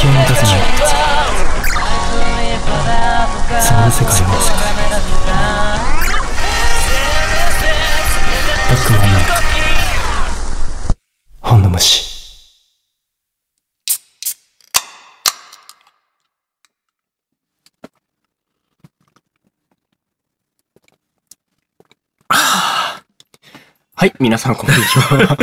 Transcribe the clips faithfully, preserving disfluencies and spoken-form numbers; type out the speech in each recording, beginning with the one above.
地球に立つにその世界の世界バックマンなんか本の虫。はい、皆さんこんにちは。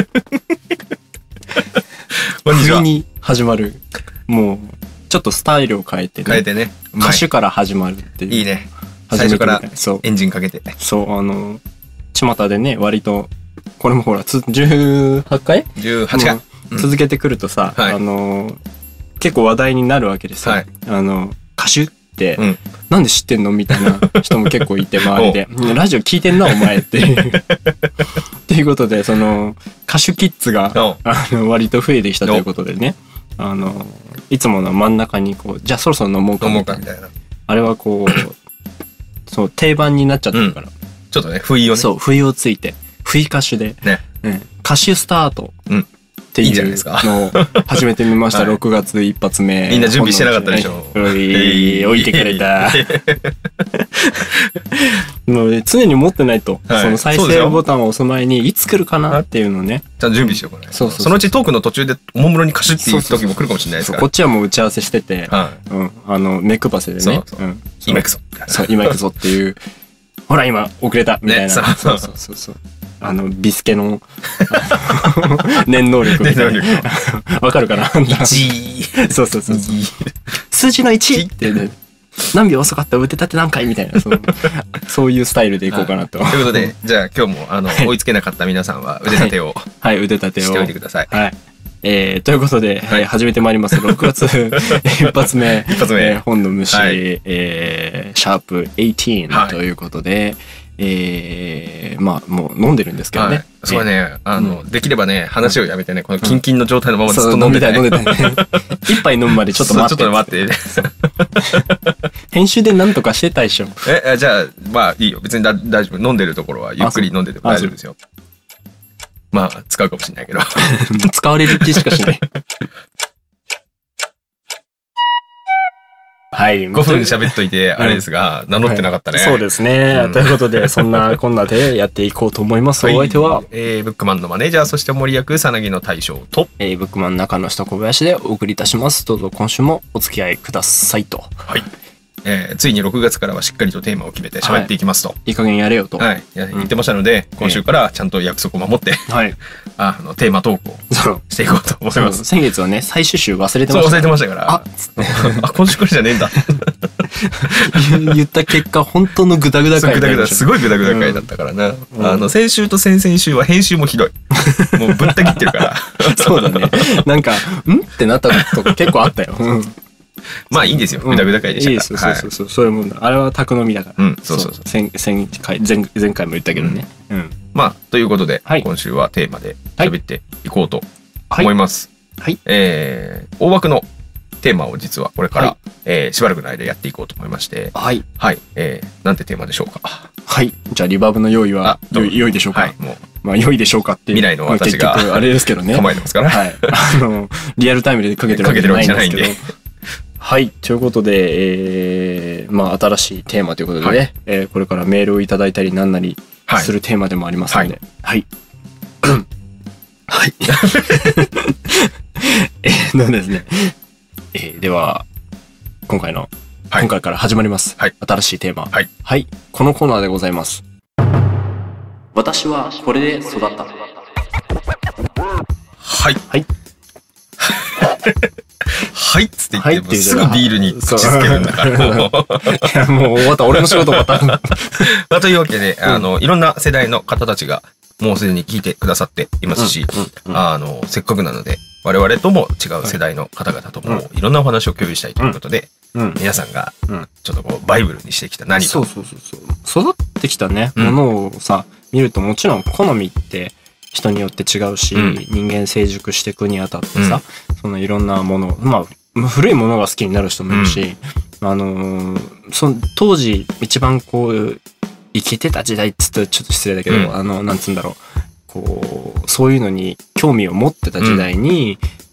こんにちは。 急に始まる。もうちょっとスタイルを変えてね。 変えてね。 歌手から始まるっていう。 いいね。最初からエンジンかけて。 そう、あの巷でね、割とこれもほらつじゅうはちかいじゅうはちかい、 うん、続けてくるとさ、はい、あの結構話題になるわけですよ。はい、あの歌手って、うん、なんで知ってんのみたいな人も結構いて周りでラジオ聞いてんなお前っていうっていうことで、その歌手キッズがあの割と増えてきたということでね、あのいつもの真ん中にこうじゃあそろそろ飲もうかみたいな、あれはこうそう定番になっちゃってるから、うん、 ちょっとね不意をね、 そう不意をついて不意歌手で、ねうん、歌手スタートっていうのを始めてみました。ろくがつ一発目。 みんな準備してなかったでしょ。 おい置いてくれた。もう常に持ってないと、はい、その再生ボタンを押す前にいつ来るかなっていうのをね、 ちゃんと準備しようかね。そうそうそう、そのうちトークの途中でおもむろに歌手っていう時も来るかもしれないですから。 こっちはもう打ち合わせしてて、はい、うん、あの目配せでね、そうそう、うん、 今行くぞ、 そう今行くぞっていうほら今遅れたみたいな、ね、そうそうそうそうそう、あのビスケの念能力みたいなわかるかな。いちそうそうそうそう、数字のいちってね、何秒遅かった腕立て何回みたいな、そのそういうスタイルでいこうかなと。ということで、じゃあ今日もあの追いつけなかった皆さんは腕立てをはい、はい、腕立てをしておいてください。はい。 えー、ということで、はい、始めてまいります。ろくがつ一発目、 一発目、 えー、本の虫、はい、えー、シャープじゅうはちということで、はい、えー、まあもう飲んでるんですけどね。はい、 そうはね、あの、うん、できればね話をやめてね、このキンキンの状態のままずっと飲んでたい、 飲んでたいね。一杯飲むまでちょっと待って。 ちょっと待って。 編集でなんとかしてたでしょ。 え、じゃあまあいいよ。別にだ大丈夫。飲んでるところはゆっくり飲んでても大丈夫ですよ。まあ使うかもしれないけど。 使われる気しかしない。はい。 ごふん喋っといて、あれですが、名乗ってなかったね。 そうですね。ということで、そんなこんなでやっていこうと思います。お相手は、 えー、ブックマンのマネージャー、そして森役、さなぎの大将と、 えー、ブックマン中の人小林でお送りいたします。どうぞ今週もお付き合いくださいと。 はい。えー、ついにろくがつからはしっかりとテーマを決めて喋っていきますと、はい、 いい加減やれよと、 はい、言ってましたので、うん、今週からちゃんと約束を守って、はい、あのテーマトークをしていこうと思います。 先月はね最終週忘れてました、 そう忘れてましたからああ今週からじゃねえんだ言った結果本当のグダグダ回だった。すごいグダグダ回だったからな、うん、あの先週と先々週は編集もひどいもうぶった切ってるからそうだね、なんかんってなったとこ結構あったよ、うん、 まあいいんですよ。グダグダ回でしたから。いいですよ。そうそうそう。そういうもんだ。あれは宅飲みだから。 うん。そうそうそう。 前前回前前回も言ったけどね。 うん。まあということで今週はテーマで喋っていこうと思います。はい。えー、大枠のテーマを実はこれからえしばらくの間やっていこうと思いまして。はい。はい。えー、なんてテーマでしょうか。 はい。じゃあリバーブの用意は良いでしょうか。はい。もう。まあ良いでしょうかって未来の私が結局あれですけどね。 構えてますから。はい。 あのリアルタイムでかけてるわけじゃないんですけど。はい。ということで、えー、まあ、新しいテーマということでね、はい、えー、これからメールをいただいたりなんなりするテーマでもありますので、はい。はい。はい。えー、のですね、えー、では、今回の、はい、今回から始まります。はい。新しいテーマ。はい。はい。このコーナーでございます。私はこれで育った。 はい。はい。はいっつって言ってもすぐビールに口つけるんだから。 いやもう終わった。俺の仕事終わった。まあというわけで、あの、いろんな世代の方たちがもうすでに聞いてくださっていますし、あの、せっかくなので、我々とも違う世代の方々ともいろんなお話を共有したいということで、皆さんがちょっとこうバイブルにしてきた何か。 そうそうそうそう。育ってきたね、ものをさ、見るともちろん好みって、人によって違うし、うん、人間成熟していくにあたってさ、うん、そのいろんなもの、まあ古いものが好きになる人もいるし、うん、あのー、その当時一番こう生きてた時代っつったらちょっと失礼だけど、うん、あのなんつうんだろう、こうそういうのに興味を持ってた時代に、うん、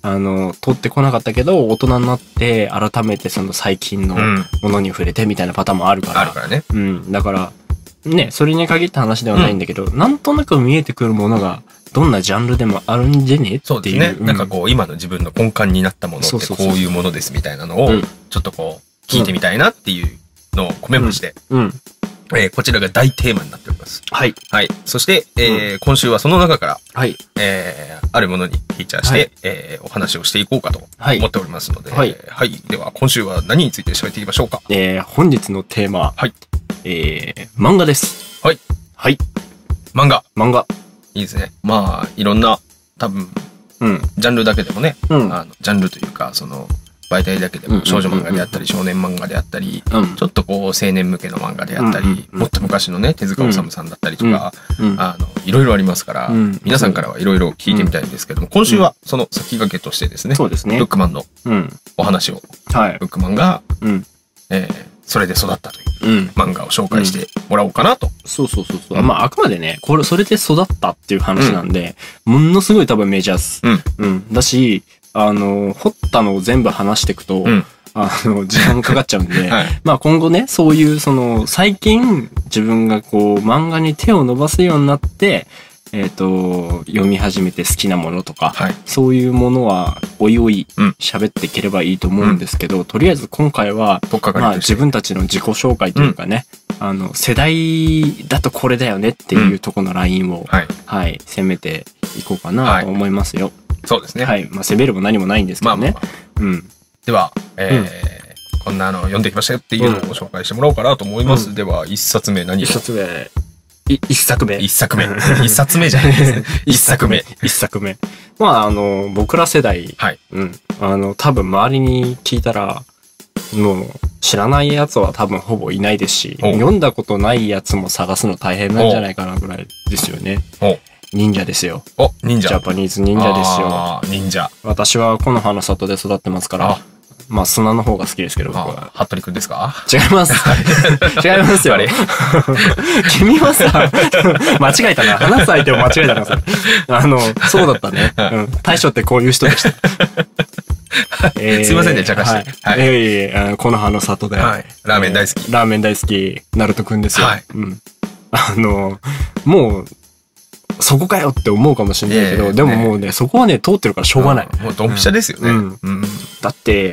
あの、通ってこなかったけど、大人になって改めてその最近のものに触れてみたいなパターンもあるから。 あるからね。 うん。だから、ね、それに限った話ではないんだけど、うん、なんとなく見えてくるものが、どんなジャンルでもあるんじゃねっていう。 そうですね。うん、なんかこう、今の自分の根幹になったものってこういうものですみたいなのを、ちょっとこう、聞いてみたいなっていうのを込めまして、うん。うんえー、こちらが大テーマになっております。 はい。 はい。そして、えーうん、今週はその中から、 はい。 えー、あるものにフィーチャーして、はい、えー、お話をしていこうかと思っておりますので、はい。はい。では、今週は何について喋っていきましょうか。 えー、本日のテーマは、 はい。 えー、漫画です。 はい。 はい。 漫画。 漫画。 いいですね。まあ、いろんな、多分、うん。ジャンルだけでもね、うん。あの、ジャンルというか、その、媒体だけでも少女漫画であったり少年漫画であったり、うん、ちょっとこう青年向けの漫画であったり、うん、もっと昔のね手塚治虫さんだったりとか、うん、あのいろいろありますから、うん、皆さんからはいろいろ聞いてみたいんですけども、今週はその先駆けとしてですね、 そうですね、 ブックマンのお話を、はい、ブックマンが、うんえー、それで育ったという漫画を紹介してもらおうかなと。 そうそうそうそう。まああくまでね、これそれで育ったっていう話なんで、ものすごい多分メジャーっす。うん。うん、だし。あの、掘ったのを全部話していくと、うん、あの、時間かかっちゃうんで、はい、まあ今後ね、そういう、その、最近、自分がこう、漫画に手を伸ばすようになって、えっと、読み始めて好きなものとか、はい、そういうものは、おいおい、喋っていければいいと思うんですけど、うん、とりあえず今回は、まあ自分たちの自己紹介というかね、うん、あの、世代だとこれだよねっていうところのラインを、うん、はい、はい、攻めていこうかなと思いますよ。はいそうですね。 はい。まあ、攻めるも何もないんですけどね。まあまあまあ、うん。 では、えーうん、こんなの読んできましたよっていうのを紹介してもらおうかなと思います。うん、では、一冊目何を一冊目。い、一作目。 一作目。一冊目じゃないですね。一作目。 一作目。まあ、あの、僕ら世代。はい。うん。あの、多分周りに聞いたら、もう、知らないやつは多分ほぼいないですし、読んだことないやつも探すの大変なんじゃないかなぐらいですよね。忍者ですよ。 お、忍者。 ジャパニーズ忍者ですよ。 ああ、忍者。 私は木の葉の里で育ってますから、まあ砂の方が好きですけど、僕は。 服部くんですか？ 違います。違いますよ。あれ君はさ、間違えたな。話す相手を間違えたな、それ。あの、そうだったね。うん。大将ってこういう人でした。 えー、すいませんね、茶化して。 はい。ええ、木の葉の里で。 はい。ラーメン大好き。 ラーメン大好き、ナルトくんですよ。はい。うん。あの、もう、そこかよって思うかもしれないけど、えー、でももうね、そこはね、通ってるからしょうがない。 もうドンピシャですよね。うんうん、だって、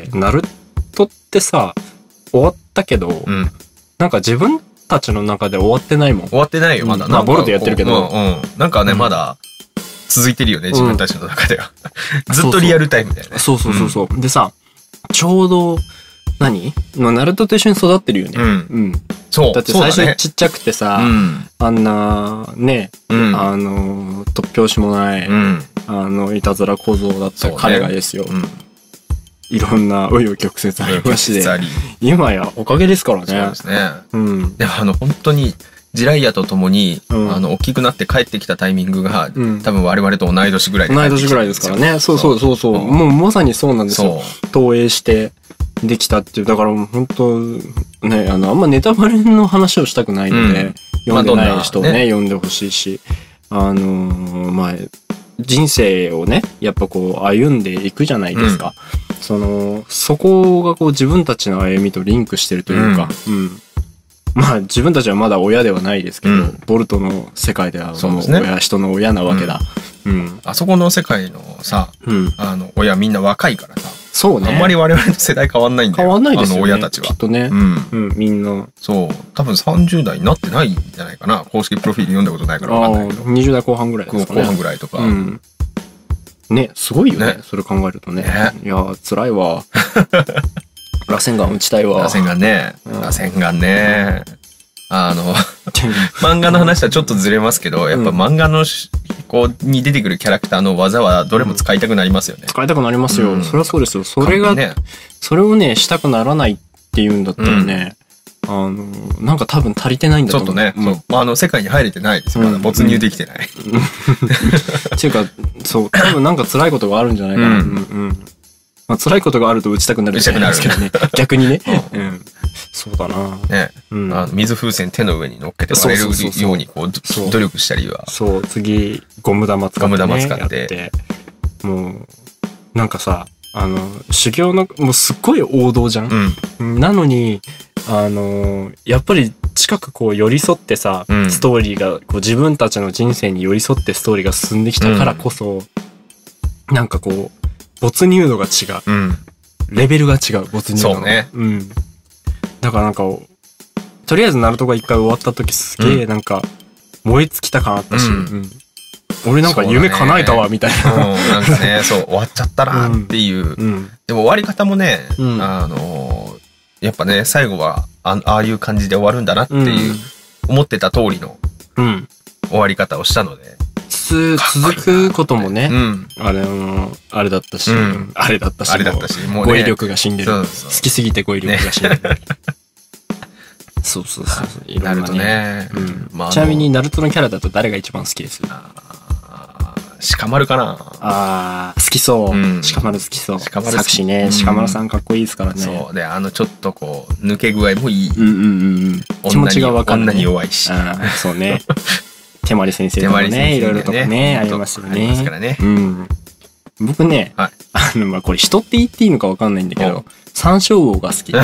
ナルトってさ、終わったけど、うん、なんか自分たちの中で終わってないもん。 終わってないよ、まだ。 まあ、ボルトやってるけど。 うんうん、なんかね、うん、まだ、続いてるよね、自分たちの中では。ずっとリアルタイムだよね。 そうそうそうそう。うん、でさ、ちょうど、何のナルトと一緒に育ってるよね。うん。うん。 そう。 だって最初ちっちゃくてさ、うん、あんな、ね、うん、あの、突拍子もない、うん、あの、いたずら小僧だった彼がですよ。うん、いろんな紆余曲折ありまして、今やおかげですからね。 そうですね。うん。でもあの、本当に、ジライアと共に、うん、あの、大きくなって帰ってきたタイミングが、うん、多分我々と同い年ぐらいで同い年ぐらいですからね。そうそうそうそう。もうまさにそうなんですよ。投影してできたっていう。だから本当ね、あの、あんまネタバレの話をしたくないので、うん、読んでない人をね、まあね読んでほしいし、あのー、まあ、人生をね、やっぱこう歩んでいくじゃないですか。うん、その、そこがこう自分たちの歩みとリンクしてるというか、うん、うんまあ自分たちはまだ親ではないですけど、うん、ボルトの世界ではもう親、人の親なわけだ。うん。うん、 あそこの世界のさ、うん、あの親みんな若いからさ。 そうね。 あんまり我々の世代変わんないんだよ。 変わんないですよね。 あの親たちは。 きっとね。うん。うん、みんな。 そう。多分さんじゅう代になってないんじゃないかな。公式プロフィール読んだことないから分かんないけど。 にじゅう代後半ぐらいですかね。 後半ぐらいとか。うん。 ね、すごいよね。ねそれ考えるとね。ねいやー、辛いわ。螺旋岩打ちたいわ。 螺旋岩ね。螺旋岩ね。あの、漫画の話とはちょっとずれますけど、やっぱ漫画のこうに出てくるキャラクターの技はどれも使いたくなりますよね。 使いたくなりますよ。うん、それはそうですよ。それが、ね、それをね、したくならないっていうんだったらね、うん、あの、なんか多分足りてないんだと思う。 ちょっとね、うん、そうあの、世界に入れてないですよ。まだ没入できてない。 っていうか、そう、多分なんか辛いことがあるんじゃないかな。うんうんうんまあ、辛いことがあると打ちたくなるじゃないですけどね。逆にね。うん。そうだな。 ね。うん、あの水風船手の上に乗っけて割れるようにこう努力したりは。 そう、次、ゴム玉使って、ね。 ゴム玉使って。 もう、 なんかさ、あの、修行の、もうすっごい王道じゃん、うん、なのに、あの、やっぱり近くこう寄り添ってさ、うん、ストーリーが、こう自分たちの人生に寄り添ってストーリーが進んできたからこそ、うん、なんかこう、没入度が違う。うん、レベルが違う、没入度が。 そうね。 うん。だからなんか、とりあえずナルトが一回終わった時すげえなんか、燃え尽きた感あったし、うんうん、俺なんか夢叶えたわみたいな、 ね、うん、なんかねそう終わっちゃったなっていう、うん、でも終わり方もね、うん、あのやっぱね最後は あ, ああいう感じで終わるんだなっていう、うん、思ってた通りの終わり方をしたので、 つ続くこともね、うん、あれのあれだったし、うん、あれだったしあれだったしもう、ね、語彙力が死んでる。そうそう好きすぎて語彙力が死んでる、ねそうそうそうそう。いろんなね。うん。まあ、ちなみにナルトのキャラだと誰が一番好きです？ あ鹿丸かな。 ああ、好きそう。うん、鹿丸好きそう。鹿丸作詞ね、うん。鹿丸さんかっこいいですからね。 そうで、あのちょっとこう抜け具合もいい。 うんうんうん。気持ちがわかる、ね。 女に弱いし。 ああ、そうね。手まり先生とかね、いろいろとかねありますよね。ありますからね。うん。僕ね、はい、あのまあこれ人って言っていいのかわかんないんだけど、山椒魚が好き。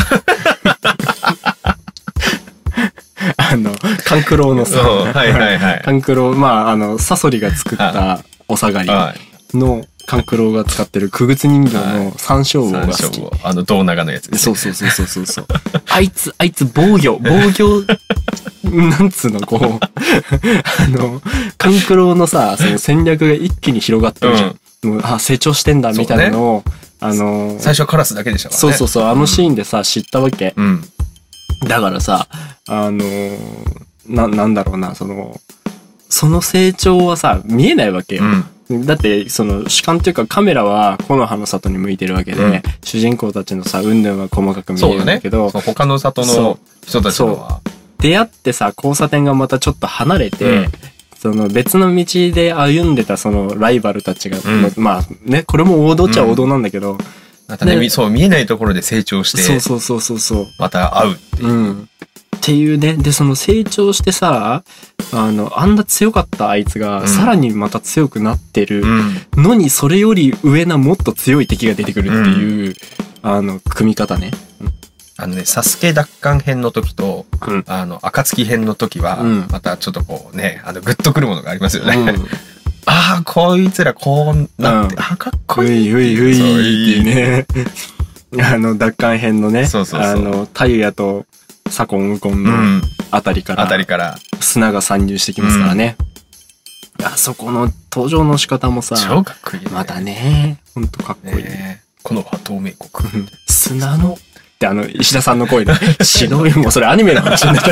あの、勘九郎のさ、 はいはいはい。 勘九郎、まあ、あの、サソリが作ったお下がりの勘九郎が使ってる傀儡人形の山椒魚が好き。 あの、胴長のやつですね。そうそうそうそうそう。あいつ、あいつ防御、防御、なんつうの、こう、あの、勘九郎のさ、その戦略が一気に広がってるじゃん。うん、もうあ、成長してんだみたいなのを、ね、あの、 最初はカラスだけでしたからね。 そうそうそう、あのシーンでさ、知ったわけ。うん。だからさ、あのー、な、なんだろうな、その、その成長はさ、見えないわけよ。うん、だって、その、主観というかカメラは木の葉の里に向いてるわけで、うん、主人公たちのさ、云々は細かく見えるんだけど、 そうだね、他の里の人たちのは。 出会ってさ、交差点がまたちょっと離れて、うん、その別の道で歩んでたそのライバルたちが、うん、まあね、これも王道っちゃ王道なんだけど、うんまたね、ね、そう見えないところで成長して、 そうそうそうそうそう。 また会うっていう。うん。 っていうね。で、その成長してさ、あの、あんな強かったあいつが、さらにまた強くなってるのに、それより上なもっと強い敵が出てくるっていう、うん、あの、組み方ね。 あのね、サスケ奪還編の時と、うん、あの、暁編の時は、うん、またちょっとこうね、あの、グッとくるものがありますよね。うんああ、こいつらこうなって、うん、あかっこいい。 ういういういっていうね。あの、奪還編のね、そうそうそうあの、タユヤと左近右近のあたりから、うん、あたりから砂が参入してきますからね。うん、あそこの登場の仕方もさ、 超かっこいい、ね。 またね、ほんとかっこいい。 ね、このは透明国。 砂のってあの、石田さんの声で、忍びもそれアニメの話になった。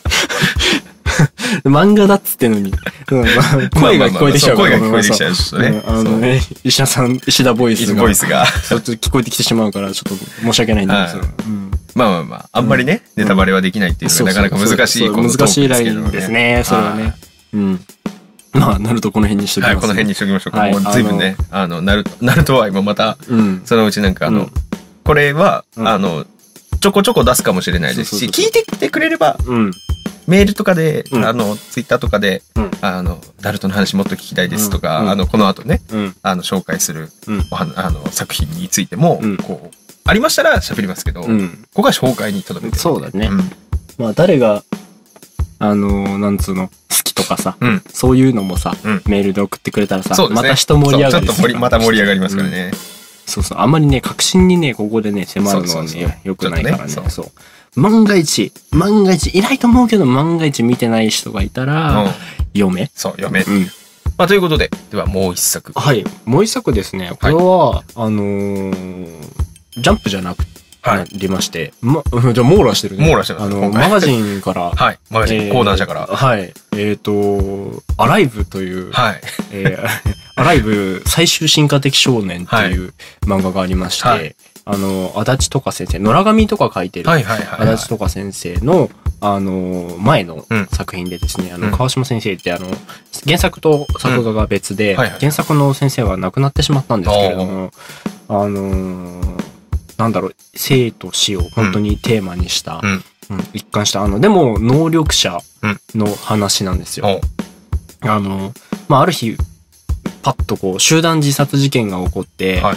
漫画だっつってのに、うんまあ、声が聞こえてきちゃうから、 声が聞こえてきちゃうしね。 うん、あのね、石田さん、石田ボイスが、 ボイスがちょっと聞こえてきてしまうから、ちょっと申し訳ないんだけど、うん、 まあまあまあ、あんまりね、うん、ネタバレはできないっていうのはなかなか難しいこと難しいラインですね、それはね。うん。まあ、なるとこの辺にしときます、ね。 はい、この辺にしときましょうか。はい、もう随分ね、あの、なると、なるとは今また、うん、そのうちなんかあの、うん、これは、うん、あの、ちょこちょこ出すかもしれないですし、聞いてきてくれれば、うんメールとかで、うん、あの、ツイッターとかで、うん、あの、ナルトの話もっと聞きたいですとか、うん、あの、この後ね、うん、あの、紹介する、うん、おはあの、作品についても、うん、こう、ありましたら喋りますけど、うん、ここが紹介に届けてる。 そうだね。うん、まあ、誰が、あの、なんつうの、好きとかさ、うん、そういうのもさ、うん、メールで送ってくれたらさ、ね、また人盛り上がりちょっと盛り、また盛り上がりますからね。うん、 そうそう、あんまりね、確信にね、ここでね、迫るのはね、良くないからね。そうそう。万が一、万が一、いないと思うけど、万が一見てない人がいたら、うん、読め。 そう、読め。うん。まあ、ということで、ではもう一作。 はい。もう一作ですね。これは、はい、あのー、ジャンプじゃなくなりまして、ま、じゃあ網羅してるね。 網羅してます。 あの、マガジンから、 はい。マガジン、えー、講談社から。 はい。えっ、ー、と、アライブという、はい。えー、アライブ最終進化的少年という漫画がありまして、はいあの、足立とか先生、野良神とか書いてる、足立とか先生の、あの、前の作品でですね、うん、あの、川島先生って、あの、原作と作画が別で、うんはいはい、原作の先生は亡くなってしまったんですけれども、あの、なんだろう、生と死を本当にテーマにした、うんうん、一貫した、あの、でも、能力者の話なんですよ。うん、あの、まあ、ある日、パッとこう、集団自殺事件が起こって、はい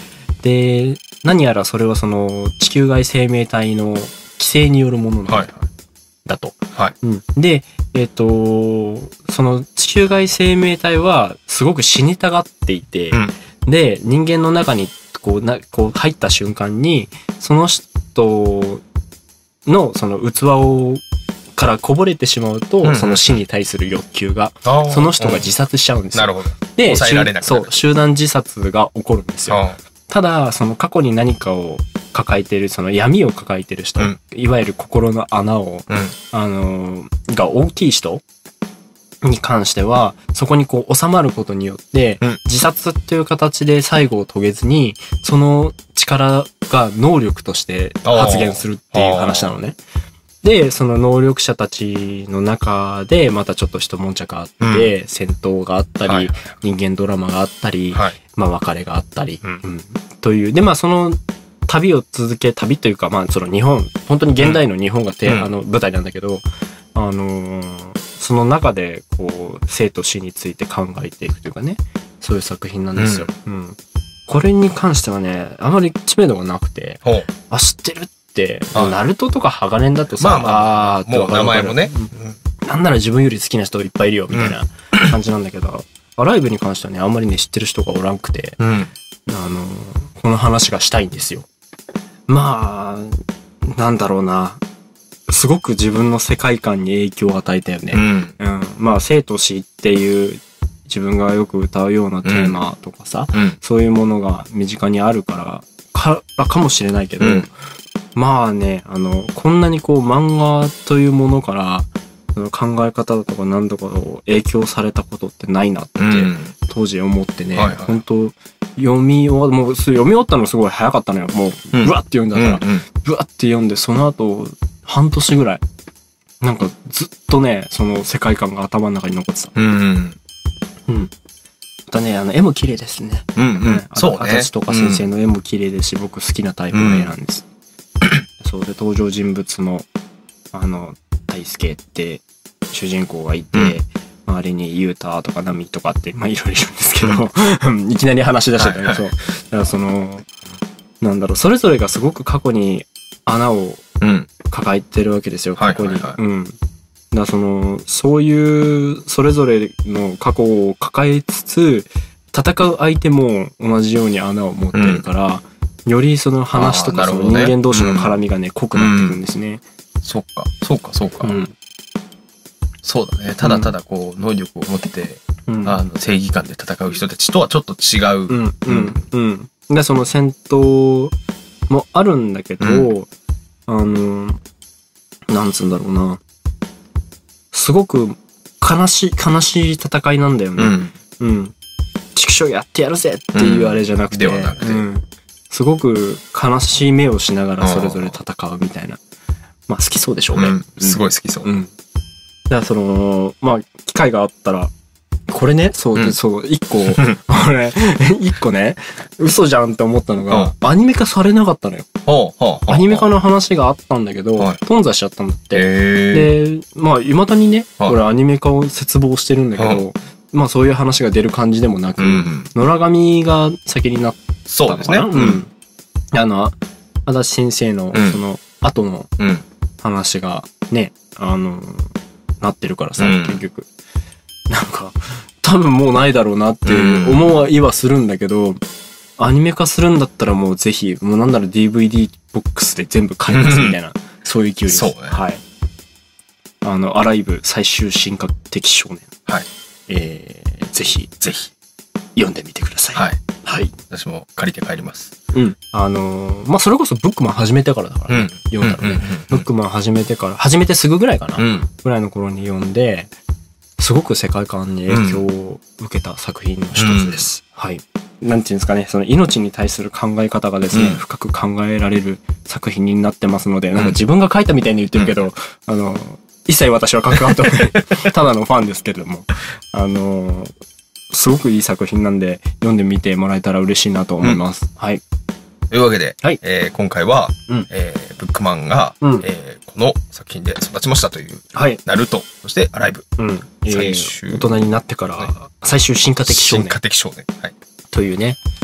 で、何やらそれはその地球外生命体の規制によるものなんだ、はい、だと。 はいうん、で、えっと、その地球外生命体はすごく死にたがっていて、うん、で、人間の中にこうな、こう入った瞬間に、その人のその器を、からこぼれてしまうと、うん、その死に対する欲求が、その人が自殺しちゃうんですよ。 なるほど。 で、 抑えられなくなる。 そう、集団自殺が起こるんですよ。ただ、その過去に何かを抱えている、その闇を抱えている人、うん、いわゆる心の穴を、うん、あの、が大きい人に関しては、そこにこう収まることによって、うん、自殺っていう形で最後を遂げずに、その力が能力として発現するっていう話なのね。で、その能力者たちの中で、またちょっと一悶着あって、うん、戦闘があったり、はい、人間ドラマがあったり、はい、まあ別れがあったり、うんうん、という。で、まあその旅を続け、旅というか、まあその日本、本当に現代の日本がて、うん、あの舞台なんだけど、あのー、その中で、こう、生と死について考えていくというかね、そういう作品なんですよ。うんうん、これに関してはね、あまり知名度がなくて、あ、知ってるって、ナルトとかハガレンだとさ、 まあまあ、あーもう名前もね、 うん、なんなら自分より好きな人いっぱいいるよみたいな感じなんだけど、アライブに関してはね、あんまりね知ってる人がおらんくて、うん、あのこの話がしたいんですよ。まあなんだろうな、すごく自分の世界観に影響を与えたよね。うんうん、まあ生と死っていう自分がよく歌うようなテーマとかさ、うん、そういうものが身近にあるからかかもしれないけど。うん、まあね、あの、こんなにこう漫画というものから、その考え方とか何とかを影響されたことってないなって、当時思ってね、うん、はいはい、本当読み終わ、もう読み終わったのすごい早かったのよ。もう、ブワッて読んだから、うんうん、ブワッて読んで、その後、半年ぐらい、なんかずっとね、その世界観が頭の中に残ってた。うん、うん。うん。またね、あの、絵も綺麗ですね。うん、うん。そうね。私とか先生の絵も綺麗ですし、うん、僕好きなタイプの絵なんです。そうで、登場人物も、あの、大輔って主人公がいて、うん、周りにユータとかナミとかって、まあいろいろいるんですけど、うん、いきなり話し出しちゃったけど、はいはい、そう。だからその、なんだろう、それぞれがすごく過去に穴を抱えてるわけですよ、過去に。はいはいはい、うん。だからその、そういう、それぞれの過去を抱えつつ、戦う相手も同じように穴を持ってるから、うん、よりその話とかその人間同士の絡みがね、濃くなっていくんですね。 うん、そっか、そうか、そうか。うん、そうだね。ただただこう、能力を持って、うん、あの、正義感で戦う人たちとはちょっと違う。うん、 うん、うん。で、その戦闘もあるんだけど、うん、あの、なんつうんだろうな。すごく悲しい、悲しい戦いなんだよね。うん。うん。畜生やってやるぜっていうあれじゃなくて。うん、ではなくて。うんすごく悲しい目をしながらそれぞれ戦うみたいな。まあ好きそうでしょうね。うん、 すごい好きそう。うん。 だからその、まあ機会があったら、これね、そう、うん、そう、一個、俺、一個ね、嘘じゃんって思ったのが、アニメ化されなかったのよ。アニメ化の話があったんだけど、頓挫しちゃったんだって。で、まあ未だにね、俺アニメ化を切望してるんだけど、まあそういう話が出る感じでもなく、野良神が先になったそうですね。 うん。あの、足立先生のその後の話がね、あの、なってるからさ、結局。なんか、多分もうないだろうなって思いはするんだけど、アニメ化するんだったらもうぜひ、もうなんなら ディーブイディー ボックスで全部買いますみたいな、そういう勢いです。 そうね。 はい。あの、アライブ最終進化的少年。 はい。 えー、ぜひ、ぜひ、読んでみてください。 はい。 はい。 私も借りて帰ります。 うん。あのー、まあ、それこそブックマン始めてからだからね。うん、読んだらね。ブックマン始めてから、始めてすぐぐらいかな。うん、ぐらいの頃に読んで、すごく世界観に影響を受けた作品の一つです。うん、はい。なんていうんですかね、その命に対する考え方がですね、うん、深く考えられる作品になってますので、なんか自分が書いたみたいに言ってるけど、うん、あの、一切私は関わってないただのファンですけれども、あの、すごくいい作品なんで、読んでみてもらえたら嬉しいなと思います。うん、はい。 というわけで、はいえー、今回は、うんえー、ブックマンが、うんえー、この作品で育ちましたという、はい、ナルト、そしてアライブ、うん、最終、 えー、大人になってから、はい、最終進化的少年。 進化的少年。はい。 というね、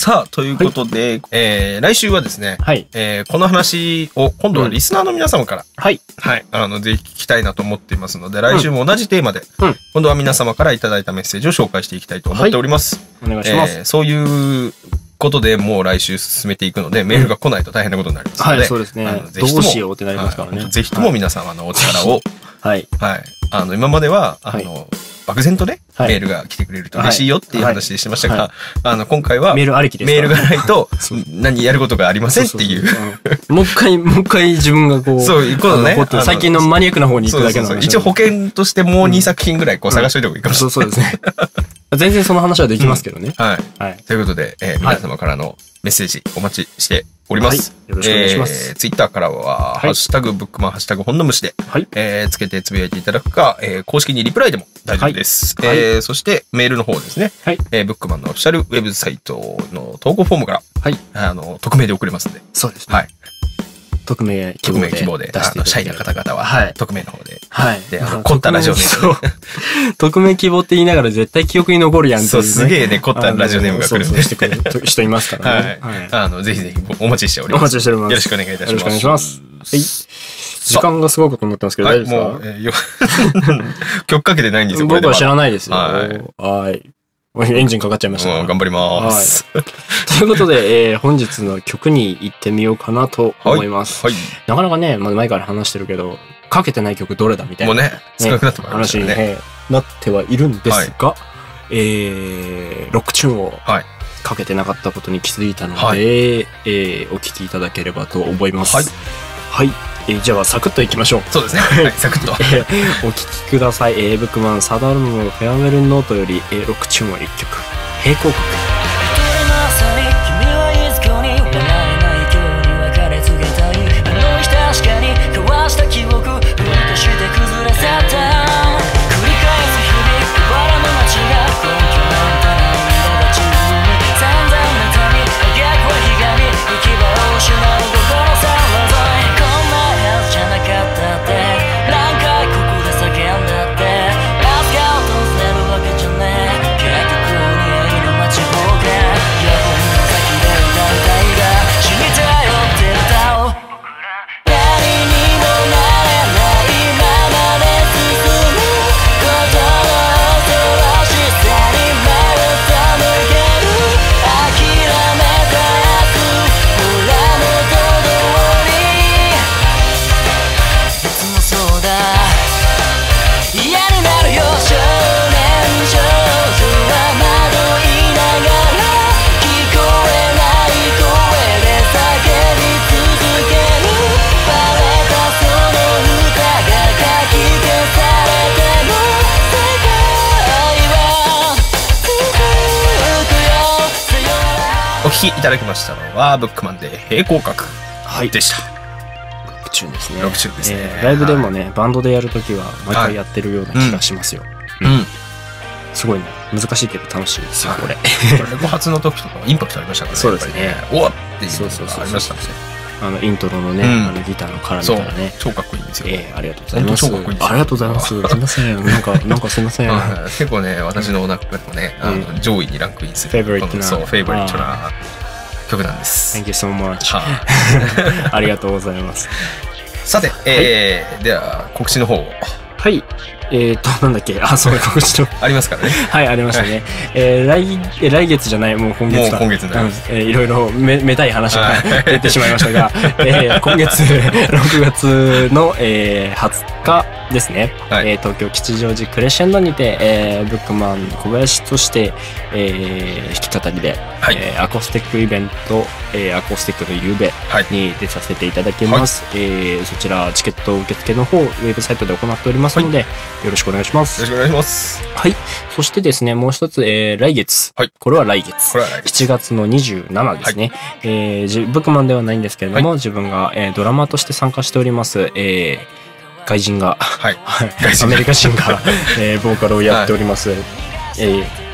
さあ、ということで、はい、えー、来週はですね、はい、えー、この話を今度はリスナーの皆様から、うん、はい、はい、あの、ぜひ聞きたいなと思っていますので、来週も同じテーマで、うん、今度は皆様からいただいたメッセージを紹介していきたいと思っております。 はい、お願いします。 えー、そういうことでもう来週進めていくので、メールが来ないと大変なことになりますので、 はい、そうですね。ぜひとも、どうしようってなりますからね。 ぜひとも皆様のお力を、はい、はい、あの、今までは、あの、はい、漠然とね、はい、メールが来てくれると嬉しいよっていう話でしてましたが、はいはい、あの、今回は、 メールありきですメールがないと、何やることがありませんっていう。 もう一回、もう一回自分がこう、 そう、いうことね。 最近のマニアックな方に行くだけの話。 そうそうそう、一応保険としてもうにさく品ぐらいこう探しといた方がいいかもしれない。 そうそうですね。全然その話はできますけどね。 うん、はい。はい。ということで、えー、皆様からのメッセージお待ちしております。 はい、よろしくお願いします。 えー、ツイッターからは、はい、ハッシュタグブックマン、ハッシュタグ本の虫で、はい、えー、つけてつぶやいていただくか、えー、公式にリプライでも大丈夫です。はい、えー、そしてメールの方ですね。はい、えー、ブックマンのオフィシャルウェブサイトの投稿フォームから、はい、あの、匿名で送れますんで。 そうですね。はい。匿名希望で。匿名希望で。 あの、シャイな方々は、はい、匿名の方で。 はい。 で、あの、凝ったラジオネーム。 匿名希望って言いながら絶対記憶に残るやんっていう、ね。 そう、すげえね、凝ったラジオネームが来るんで。 してくれる人いますからね。 はい。はい、あの、ぜひぜひお待ちしております。 お待ちしております。 よろしくお願いいたします。 よろしくお願いします。はい。時間がすごくと思ったんですけど、大丈夫ですか？もう、えー、よ曲かけてないんですよ、 僕は知らないですよ。はい。はい。エンジンかかっちゃいました。 うん、頑張ります。 はい、ということで、えー、本日の曲に行ってみようかなと思います。はい。はい、なかなかね、まあ、前から話してるけど、かけてない曲どれだみたいな、ね。もうね、 少なくなってまいりましたね。 話に、えー、なってはいるんですが、はい、えー、ロックチューンをかけてなかったことに気づいたので、はい、えー、お聴きいただければと思います。はい。はい。えー、じゃあサクッといきましょう。 そうですね。はい、サクッと。 えー、お聴きください。えー、ブックマンサードアルバムのフェアウェルノートより、えー、ロックチューンを一曲。平行角。 お聴きいただきましたのはブックマンで平行角でした。 ロックチューンですね。 ロックチューンですね。 えー、ライブでもね、バンドでやるときは毎回やってるような気がしますよ。うん。うん、すごいね、難しいけど楽しいですよ、これ。 これ、レコ発の時とかインパクトありましたからね。 そうですね。 おっっていうのがありましたね。 あのイントロのね、うん、あのギターの絡みからね、 超かっこいいんですよ。 えー、ありがとうございます。 超かっこいいんですよ。 ありがとうございます。すみません、なんかなんかすみません。 結構ね、私の中でもね、あの上位にランクインする。 フェイバリットな、 そうフェイバリットな曲なんです。 Thank you so much。ありがとうございます。 さて、えー、では告知の方を。 はい。えっと、なんだっけ、あ、そう、告知の。 ありますからね。 はい、ありましたね。えー、来、来月じゃない、もう今月か。もう今月だ。 えー、いろいろめ、めたい話が出てしまいましたが、えー、今月、ろくがつの、えー、はつかですね。はい、えー、東京吉祥寺クレッシェンドにて、えー、ブックマン小林として、えー、弾き語りで、はい、えー、アコースティックイベント、えー、アコースティックの夕べに出させていただきます。はい、えー、そちら、チケット受付の方、ウェブサイトで行っておりますので、はい、よろしくお願いします。 よろしくお願いします。 はい。そしてですね、もう一つ、えー、来月。はい。これは来月。これは来月。しちがつのにじゅうしちですね。はい、えー、ブックマンではないんですけれども、はい、自分が、えー、ドラマーとして参加しております、えー、外人が、はい。アメリカ人が、えー、ボーカルをやっております。はい、えー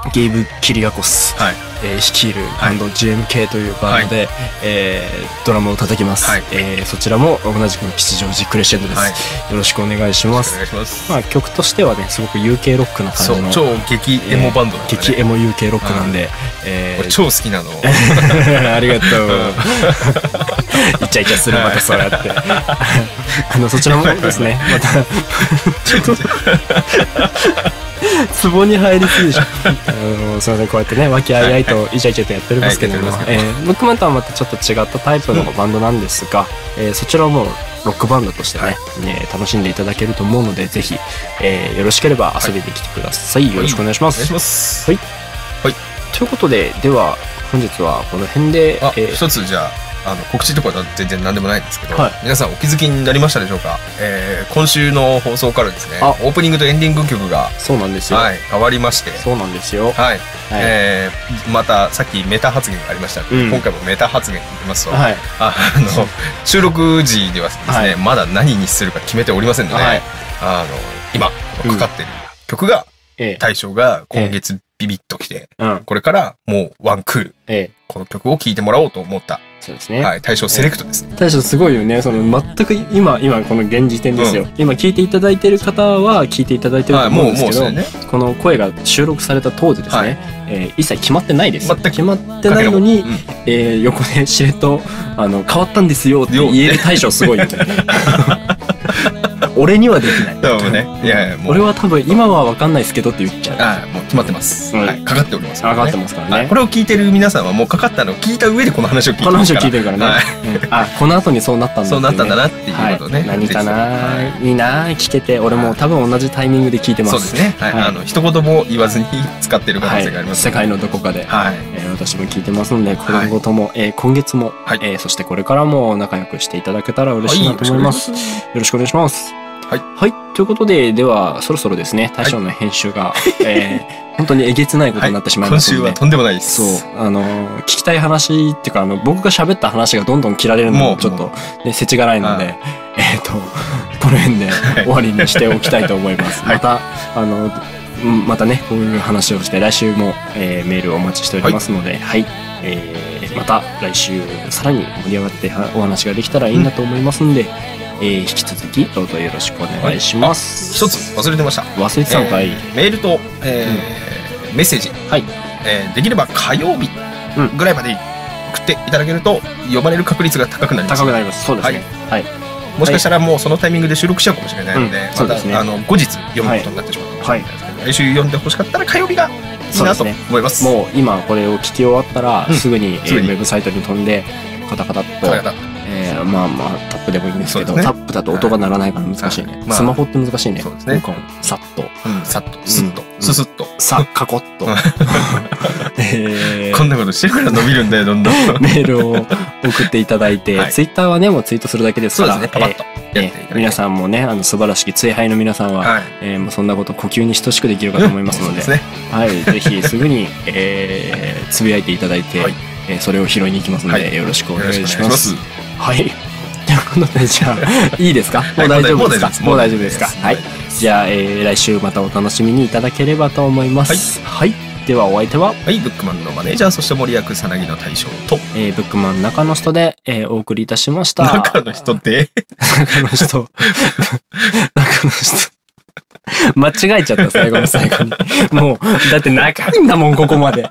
ゲイブ・キリアコス、はい、えー、率いるバンド ジーエムケー というバンドで、はい、えー、ドラムを叩きます、はい、えー、そちらも同じく吉祥寺クレッシェンドです、はい、よろしくお願いします。 お願いします。 まあ、曲としてはねすごく ユーケー ロックな感じの超激エモバンドなんで、ね、激エモ ユーケー ロックなんで、 えー、俺超好きなのありがとうイチャイチャするまたそうやってあのそちらもですねまたちょっとツボに入りすぎでしょあのすいませんこうやってね和気あいあいとイチャイチャとやっておりますけども、はいはい、えー、ブックマンとはまたちょっと違ったタイプのバンドなんですが、うん、えー、そちらをもうロックバンドとしてね、はい、えー、楽しんでいただけると思うのでぜひ、えー、よろしければ遊びに来てください、はい、よろしくお願いします。 お願いします。 はい、はい、ということででは本日はこの辺で、 あ、えー、一つじゃああの告知とかは全然何でもないんですけど、はい、皆さんお気づきになりましたでしょうか、えー、今週の放送からですねオープニングとエンディング曲がそうなんですよ、 はい、変わりまして、 そうなんですよ、 はい、はい、えー、またさっきメタ発言がありましたので、うん、今回もメタ発言に行きますと、はい、あの収録時ではですね、はい、まだ何にするか決めておりませんので、はい、あの今かかっている曲が、うん、大将が今月ビビッときて、ええ、これからもうワンクール、ええ、この曲を聴いてもらおうと思った、 そうですね、 はい、大将セレクトですね。 大将すごいよね。その全く今今この現時点ですよ、うん、今聞いていただいている方は聞いていただいてると思うんですけど、はい、もうもうね、この声が収録された当時ですね、はい、えー、一切決まってないです。全く決まってないのに、うん、えー、横でしれっとあの変わったんですよって言える大将すごいみたいな俺にはできない。 多分ね。いやいやもう俺は多分今は分かんないですけどって言っちゃう。 ああ、もう決まってます。うん、はい、かかっておりますからね。かかってますからね、はい。 これを聞いてる皆さんはもうかかったのを聞いた上でこの話を聞いてるから。 この話を聞いてるからね。はい、うん、あ、この後にそうなったんだ、ね。 そうなったんだなっていうことね。はい、 何かな、はい、いいな聞けて、俺も多分同じタイミングで聞いてます。 そうですね。はい。はい、あの一言も言わずに使ってる可能性があります、 はい。世界のどこかで、はい、えー、私も聞いてますので、今後とも、はい、えー、今月も、はい、えー、そしてこれからも仲良くしていただけたら嬉しいなと思います。はい、よろしくお願いします。はい、はい、ということでではそろそろですね大将の編集が、はい、えー、本当にえげつないことになってしまいますので、 はい、今週はとんでもないです。 そうあの聞きたい話っていうかあの僕が喋った話がどんどん切られるのもちょっとね世知辛いので、えっとこの辺で終わりにしておきたいと思います。はい、またあのまたねこういう話をして来週も、えー、メールをお待ちしておりますので、はい、はい、えー、また来週さらに盛り上がってお話ができたらいいなと思いますんで。うん、えー、引き続きどうぞよろしくお願いします。 一、はい、つ忘れてました。 忘れてたのかい、 えー、メールと、えーうん、メッセージ、はい、えー、できれば火曜日ぐらいまで送っていただけると読まれる確率が高くなります。 高くなります。そうですね、はいはい、 もしかしたらもうそのタイミングで収録しちゃうかもしれないので、うん、また、ね、あの後日読むことになってしまうかもしれないですけど、はい、来週読んでほしかったら火曜日がいいなと思います。 もう今これを聞き終わったら、うん、すぐに、えー、ウェブサイトに飛んでカタカタっと、えー、まあまあタップでもいいんですけど、ね、タップだと音が鳴らないから難しいね、はい、まあ、スマホって難しいね。そうですね。さっと、 うん、さっとスッと、うん、ススッとさカコッと、 えー、こんなことしてるから伸びるんだよどんどんメールを送っていただいて、はい、ツイッターはねもうツイートするだけですから、そうですね、パパッとやっていただいて、えー、皆さんもねあの素晴らしき追廃の皆さんは、はい、えー、もうそんなこと呼吸に等しくできるかと思いますので、うん、そうですね、はい、ぜひすぐに、えー、つぶやいていただいて、はい、えー、それを拾いに行きますので、はい、よろしくお願いします。はい。ということでじゃあいいですか？もう大丈夫ですか？もう大丈夫ですか？はい。じゃあ、えー、来週またお楽しみにいただければと思います。はい。はい、ではお相手は、 はい、ブックマンのマネージャーそして森役さなぎの大将と、 えー、ブックマン中の人で、えー、お送りいたしました。 中の人で中の人中の人間違えちゃった最後の最後に。もうだって長いんだもんここまで。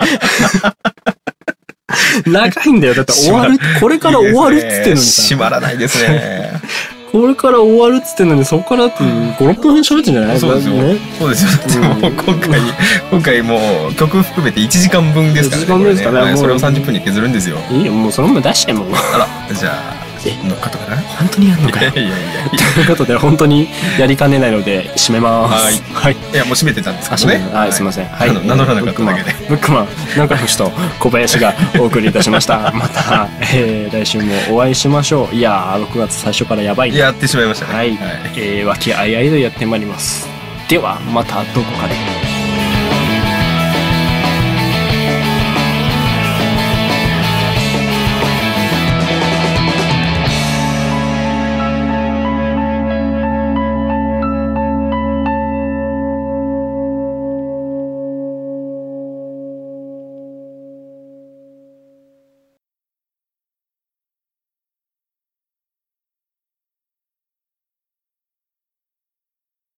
長いんだよ。だって終わる、これから終わるっつってんのにさ。 閉まらないですね。 これから終わるっつってんのに、そこからってご、ろっぷん喋ってんじゃない？ そうですよ。ね、そうですよ。うん、もう今回、今回もう曲含めていちじかんぶんですからね。いちじかんぶんですからね。もうそれをさんじゅっぷんに削るんですよ。 いいよ、もうそのまま出してもう。 あら、じゃあ。乗っかったかな？ 本当にやるのかよ。いやいやいや。ということで本当にやりかねないので締めます。 はい。はい。いやもう締めてたんですけどね。 はい、すみません。はい。 名乗らなかっただけで。 ブックマン中の人小林がお送りいたしました。また、えー、来週もお会いしましょう。いやーろくがつ最初からやばい。 やってしまいましたね。 はい。えー、和気あいあいとやってまいります。ではまたどこかで。